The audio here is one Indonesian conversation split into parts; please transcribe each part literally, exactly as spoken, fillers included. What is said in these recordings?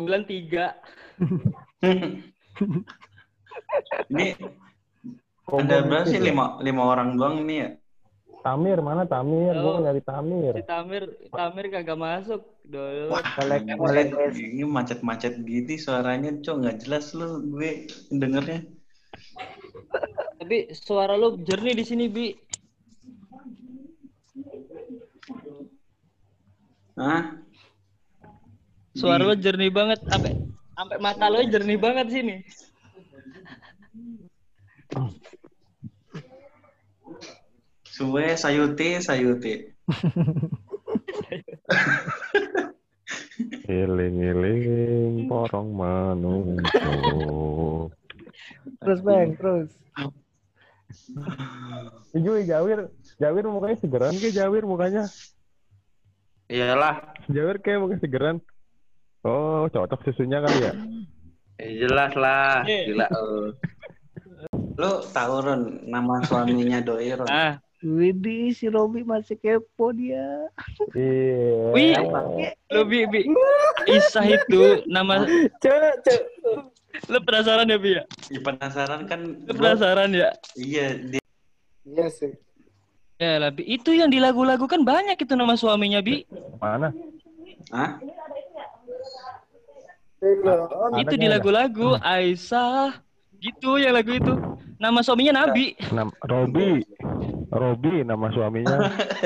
Bulan tiga. Ini ada berapa sih? Lima, lima orang doang nih ya? Tamir, mana Tamir? Oh, Gue nyari Tamir. Si Tamir, Tamir kagak masuk. Dulu. Wah, ini macet-macet gitu suaranya, cok, nggak jelas lu gue dengernya. Tapi suara lu jernih di sini, Bi. Hah? Suara Di... lu jernih banget, sampai sampai mata lu jernih banget sini. Suwe sayute sayute. Iling-iling porong manungso. Terus Bang, terus. Ijui Jawir, Jawir mukanya segeran ke Jawir mukanya. Iyalah. Jawir kayak mukanya segeran. Oh, cocok susunya kali ya? Eh, jelas lah, gila. Uh. Lu tahu Ron nama suaminya Doi Ron? Ah. Widih, si Robi masih kepo dia. Iya. Wih, lu Bi, Bi. Isah itu nama. Cek, cek. Lu penasaran ya, Bi ya? Ya, penasaran kan? Lu penasaran ya? Iya. Dia... Iya sih. Ya lah, Bi. Itu yang di lagu-lagu kan banyak itu nama suaminya, Bi. Mana? Hah? Oh, itu di lagu-lagu Aisyah gitu ya lagu itu. Nama suaminya Nabi. Nam Robi. Robi nama suaminya.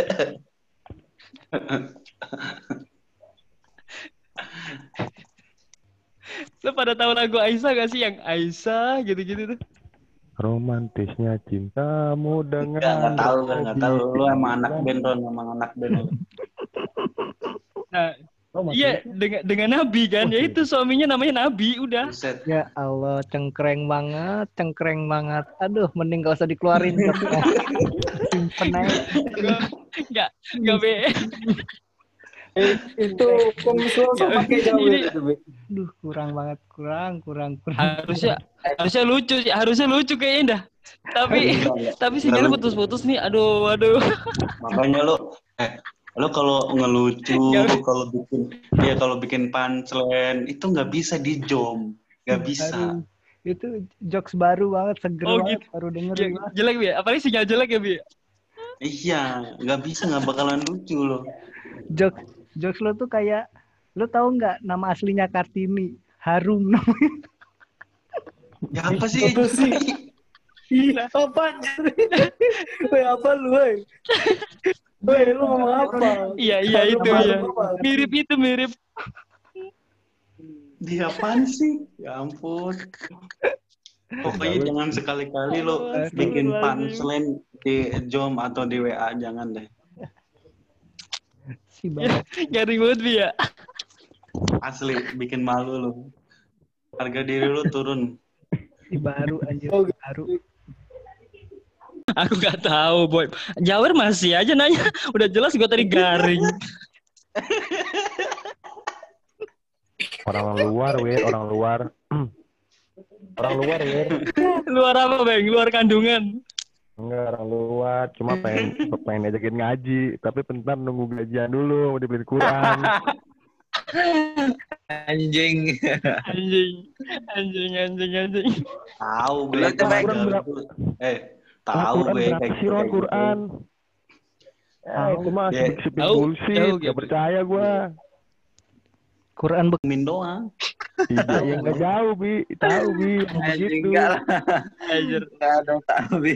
Lu pada tahu lagu Aisyah gak sih yang Aisyah gitu-gitu tuh? Romantisnya cintamu dengan Gak, gak tahu, gak, gak tahu. Lu emang anak band Ron, emang anak band. Nah, oh, iya dengan dengan Nabi kan, ya itu suaminya namanya Nabi, udah. Buset. Ya Allah, cengkreng banget, cengkreng banget. Aduh, mending gak usah dikeluarin. Simpen aja. Enggak, enggak be. Eh, itu pengusul sama pakai Jawir itu, Be. Duh, kurang banget, kurang, kurang, kurang. Harusnya harusnya lucu sih, harusnya lucu kayaknya dah. Tapi tapi sinyalnya putus-putus nih. Aduh, aduh. Makanya lu eh lo kalau ngelucu, kalau bikin ya kalau bikin punchline itu nggak bisa di jom, nggak bisa. Aduh, itu jokes baru banget, seger Oh, banget, gitu. baru denger. Ya, jelek Bi, apalagi sinyal jelek ya Bi. Iya, nggak bisa, nggak bakalan lucu lo. Jokes, jokes lo tuh kayak, lo tahu nggak nama aslinya Kartini? Harum namanya. Ya apa sih? Apa sih? Iya, apa? Woi, apa lu, woi? Woi, lu ngomong apa? Iya, iya itu ya. Mirip itu, mirip. Dia apaan sih? Ya ampun. Pokoknya jangan sekali-kali lo bikin punchline di Jom atau di W A, jangan deh. Si banget. Garing banget Bi ya. Asli, bikin malu lo. Harga diri lo turun. Si baru anjir, baru. Aku gak tahu, Boy. Jawir masih aja nanya. Udah jelas gue tadi garing. Orang luar, Wir, orang luar. Orang luar, Wir. Luar apa, Bang? Luar kandungan. Enggak, orang luar. Cuma pengen pengen ajakin ngaji. Tapi bentar nunggu gajian dulu. Mau dibeliin Quran. Anjing. Anjing. Anjing, anjing, anjing. Tahu gue Quran. Eh, tahu gue kayak gitu. Quran. Ya, itu mah sipin bullshit. Gak percaya gue. Quran Min doang. Iya, yang nggak jauh, Bi. Tahu, Bi. Anjing enggak lah. Anjir. Enggak ada tahu, Bi.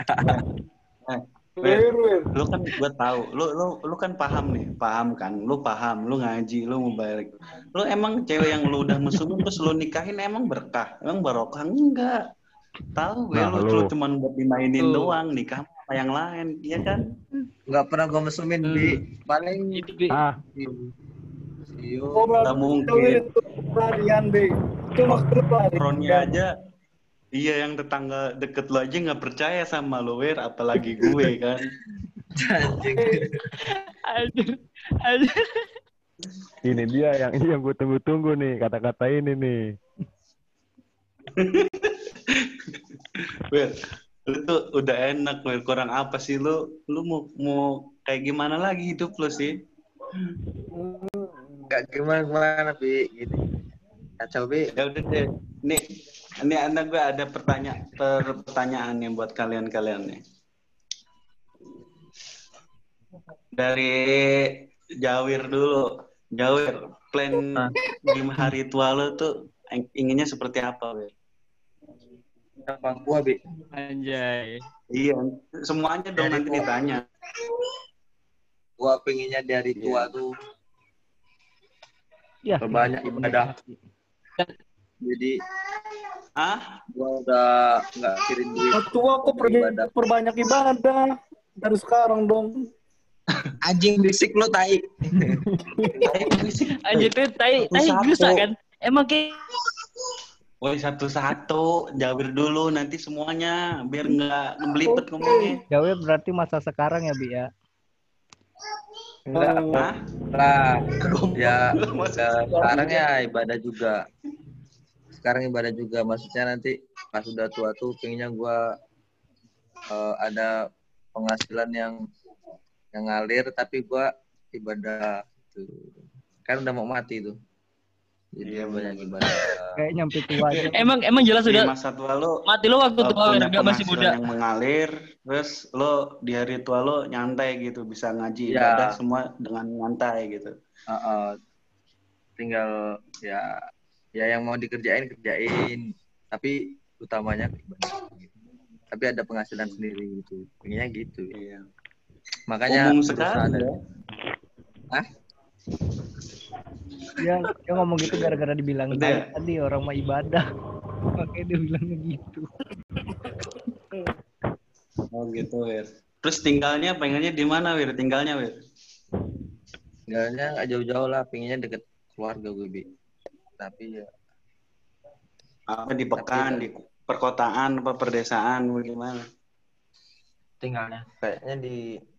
Wir, lu kan gue tahu, lu lu lu kan paham nih, paham kan, lu paham, lu ngaji, lu mubarak, lu emang cewek yang lu udah mesum terus lu nikahin emang berkah, emang barokah enggak? Tahu gue, nah, lu, lu cuma buat dimainin uh. doang, nikah sama yang lain, iya kan? Enggak pernah gue mesumin uh. Bi, paling itu Bi. Ah. Oh, nggak mungkin. Pelarian, Bi. Itu maksud Ronnya aja. Iya, yang tetangga deket lo aja nggak percaya sama lo, Wir, apalagi gue kan. Anjir, anjir. Ini dia yang yang gue tunggu-tunggu nih, kata-kata ini nih. Wir, lu tuh udah enak, Wir. Kurang apa sih lu? Lu mau mau kayak gimana lagi hidup lu sih? Gak gimana-gimana, Bi. Gini. Kacau, Bi. Ya udah deh. Nih, ini anak gue ada pertanyaan pertanyaan yang buat kalian-kalian nih. Dari Jawir dulu. Jawir, plan di hari tua lo tuh inginnya seperti apa, Wir? Gampang gua, Bi. Anjay. Iya, semuanya dong Dari nanti tua. ditanya. Gua pengennya dari tua Iya. tuh Ya. perbanyak ibadah. Jadi Ah, gua udah nggak kirim duit. Oh, tua kok Ibadah. perbanyak, perbanyak ibadah dari sekarang dong. Anjing berisik lo tai. Anjir tuh tai tai Satu-satu. bisa kan? Emang kayak woi satu-satu, Jawir dulu nanti semuanya biar nggak belibet ngomongnya. Jawir berarti masa sekarang ya, Bi ya? Enggak Hah? lah. Ya, Masa ya sekarang ya ibadah juga. Sekarang ibadah juga, maksudnya nanti pas udah tua tuh pengennya gua eh, ada penghasilan yang yang ngalir tapi gua ibadah tuh. Kan udah mau mati tuh. Jadi Iya, banyak benar. ibadah. Kayak nyampe tua aja. emang emang jelas Di sudah masa tua lo mati lo waktu eh, tua punya enggak masih penghasilan muda. yang mengalir, terus lo di hari tua lo nyantai gitu, bisa ngaji Ya. ibadah semua dengan nyantai gitu. Uh, uh, tinggal ya ya yang mau dikerjain kerjain, tapi utamanya ibadah gitu. Tapi ada penghasilan sendiri gitu. Pengennya gitu. Iya. Makanya Umum berusaha sekali dari- ya. Hah? Dia, dia ngomong gitu gara-gara dibilang Udah. tai tadi orang mah ibadah. Makanya dia bilangnya gitu. Oh gitu, Wir. Terus tinggalnya pengennya di mana, Wir? Tinggalnya, Wir? tinggalnya nggak jauh-jauh lah, pengennya deket keluarga gue, Bi. Tapi ya Apa di pekan, di perkotaan, apa perdesaan, bagaimana? tinggalnya kayaknya di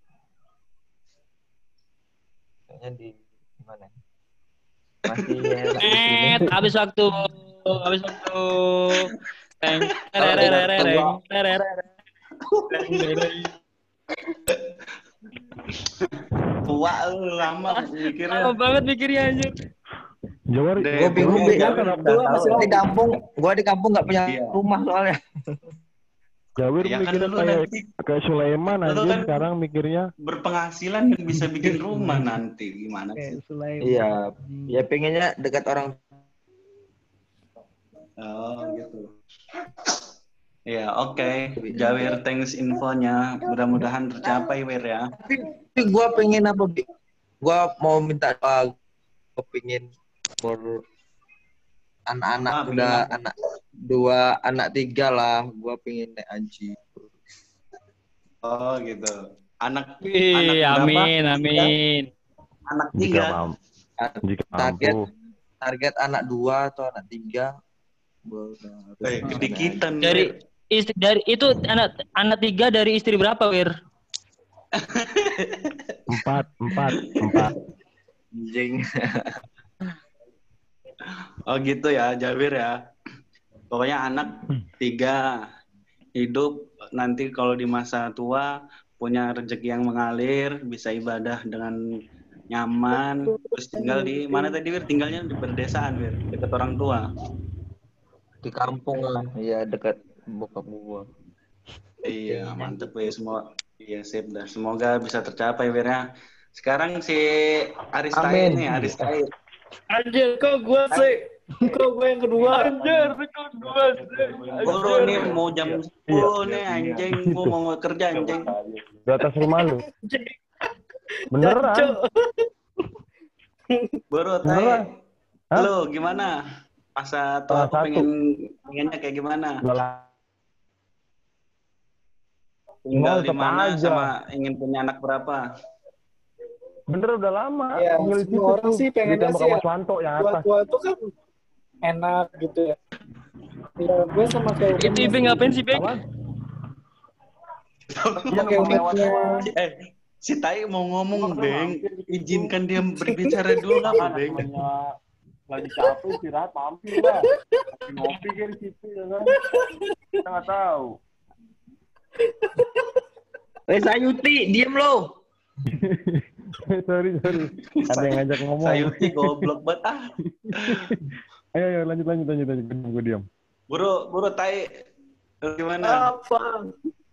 kayaknya di gimana? ya? Masih enak di sini. Eh, habis waktu. Habis waktu. Teng, terererereng, tererereng. Tua lu lama mikirnya. Lama banget mikirnya anjir. Jawir, Deh, Gue bingung, Bro, Bi. Jawir udah Tua tahu. masih Di kampung, gue di kampung nggak punya Iya. rumah soalnya. Jawir Ya kan mikirnya lu kayak nanti kayak Sulaiman Lu anjir kan- sekarang mikirnya. berpenghasilan yang bisa bikin rumah nanti gimana sih? Kayak Sulaiman. Iya, ya pengennya dekat orang. Oh gitu. Ya oke, Jawir thanks infonya. Mudah-mudahan tercapai, Wir ya. Tapi gue pengen apa, Bi? Gue mau minta doa. Gue pengen for anak-anak Ah, udah pengen apa? anak dua anak tiga lah. Gue pengen naik haji. Oh gitu. Anak Wih, Anak berapa? amin, amin. anak Jika tiga. mampu. Jika Target mampu. target anak dua atau anak tiga. Gua udah harus Eh, naik kedikitan. Dari Wir. istri dari itu anak anak tiga dari istri berapa, Wir? Empat, empat, empat. anjing. Oh gitu ya, Jawir ya. Pokoknya anak tiga hidup nanti kalau di masa tua punya rezeki yang mengalir, bisa ibadah dengan nyaman, terus tinggal di mana tadi, Wir? Tinggalnya di perdesaan, Wir, dekat orang tua. Di kampung lah. Iya, dekat bokap gua. Iya, mantep ya semua. Iya, sip dah. Semoga bisa tercapai, Wir ya. Sekarang si Aris Tahir Amin. nih, Aris Tahir. Anjir, kok gue sih? Kok gue yang kedua? Anjir, kedua sih. Buru nih mau jam sepuluh nih anjing, gua mau kerja anjing. Di atas rumah lu. Beneran. Cok. Buru Beneran. Tahir. Hah? Lu gimana? Masa tua Salah aku satu. pengen pengennya kayak gimana? Udah lah. Tinggal Mau di tetap mana aja. sama ingin punya anak berapa? Bener udah lama. Ya, Tinggal di semua situ orang tuh. sih pengennya Ditembak sih sama ya. Swanto yang atas. Tua-tua itu kan enak gitu ya. Ya, gue sama kayak Itu Ibe ngapain sih, Bek? Apa? Sama kayak umatnya. Eh, si Tai mau ngomong, Beng. Izinkan dia berbicara dulu apa, Beng? Lagi capek istirahat mampir lah. Lagi ngopi kan di situ ya kan. Kita nggak tahu. Eh, Sayuti, diem lo. sorry sorry. Ada yang ngajak ngomong. Sayuti goblok banget ah. Ayo, ayo lanjut, lanjut, lanjut, lanjut. Gue diam. Buru, buru tai. Gimana? Apa?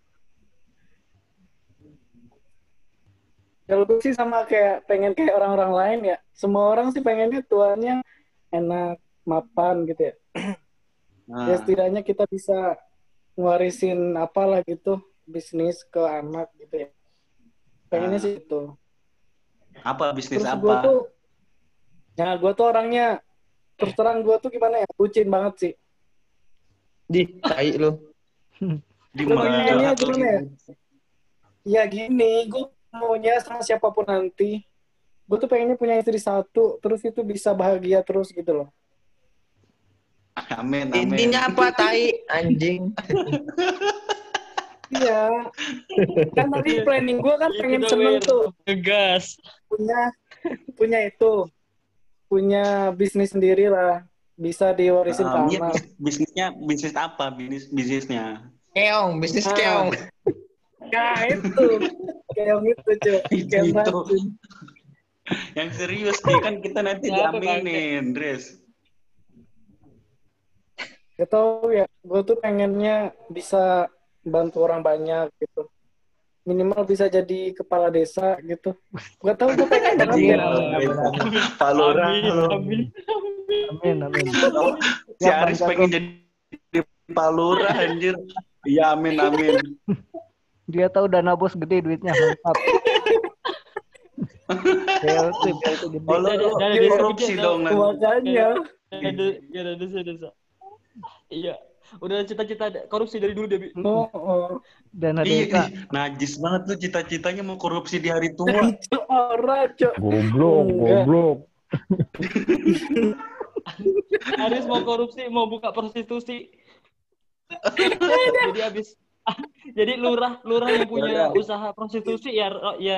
Kalau gue sih sama kayak pengen kayak orang-orang lain ya. Semua orang sih pengennya tuanya enak, mapan gitu ya. Nah, Ya setidaknya kita bisa ngewarisin apalah gitu bisnis ke anak gitu ya. Pengennya Ah. sih itu. apa bisnis Terus gue apa? tuh, ya gue tuh orangnya terus terang gue tuh gimana ya, bucin banget sih. Di, tai lu. Di Lu mana pengennya atau gimana ya? Ya gini, gue maunya sama siapapun nanti, gue tuh pengennya punya istri satu, terus itu bisa bahagia terus gitu loh. Amin, amin. Intinya apa, tai? Anjing. Iya, kan tadi planning gue kan Iya, pengen kita seneng wer. tuh, Ngegas. punya punya itu, punya bisnis sendiri lah, bisa diwarisin ke Um, iya, anak. bis- bisnisnya bisnis apa? Bisnis bisnisnya. Keong, bisnis Ah. keong. Nah itu, kayak gitu cuy, Itu kayak itu. racun. Yang serius nih kan kita nanti Kenapa, diaminin, Dres. Gak tau ya, gue tuh pengennya bisa bantu orang banyak gitu. Minimal bisa jadi kepala desa gitu. Gak tau gue pengen banget Anjing, ya. amin, amin, amin. Pak Lurah. Amin, amin. Amin, amin. Oh, si Ya, Aris Bang pengen jadi Pak Lurah anjir. Iya, amin, amin. Dia tahu dana bos gede duitnya, mantap. P L T, P L T gede. Oh, lu, lu Dana desa korupsi gede, dong nanti. Makanya. Ada, ada desa-desa. Iya. Udah cita-cita korupsi dari dulu dia. Bi. Oh, oh. Dana Iya, desa. ih, najis banget tuh cita-citanya mau korupsi di hari tua. Itu orang, cok. Goblok, Enggak. goblok. Aris mau korupsi, mau buka prostitusi. Jadi habis jadi lurah lurah yang punya Yaudah. usaha prostitusi ya ya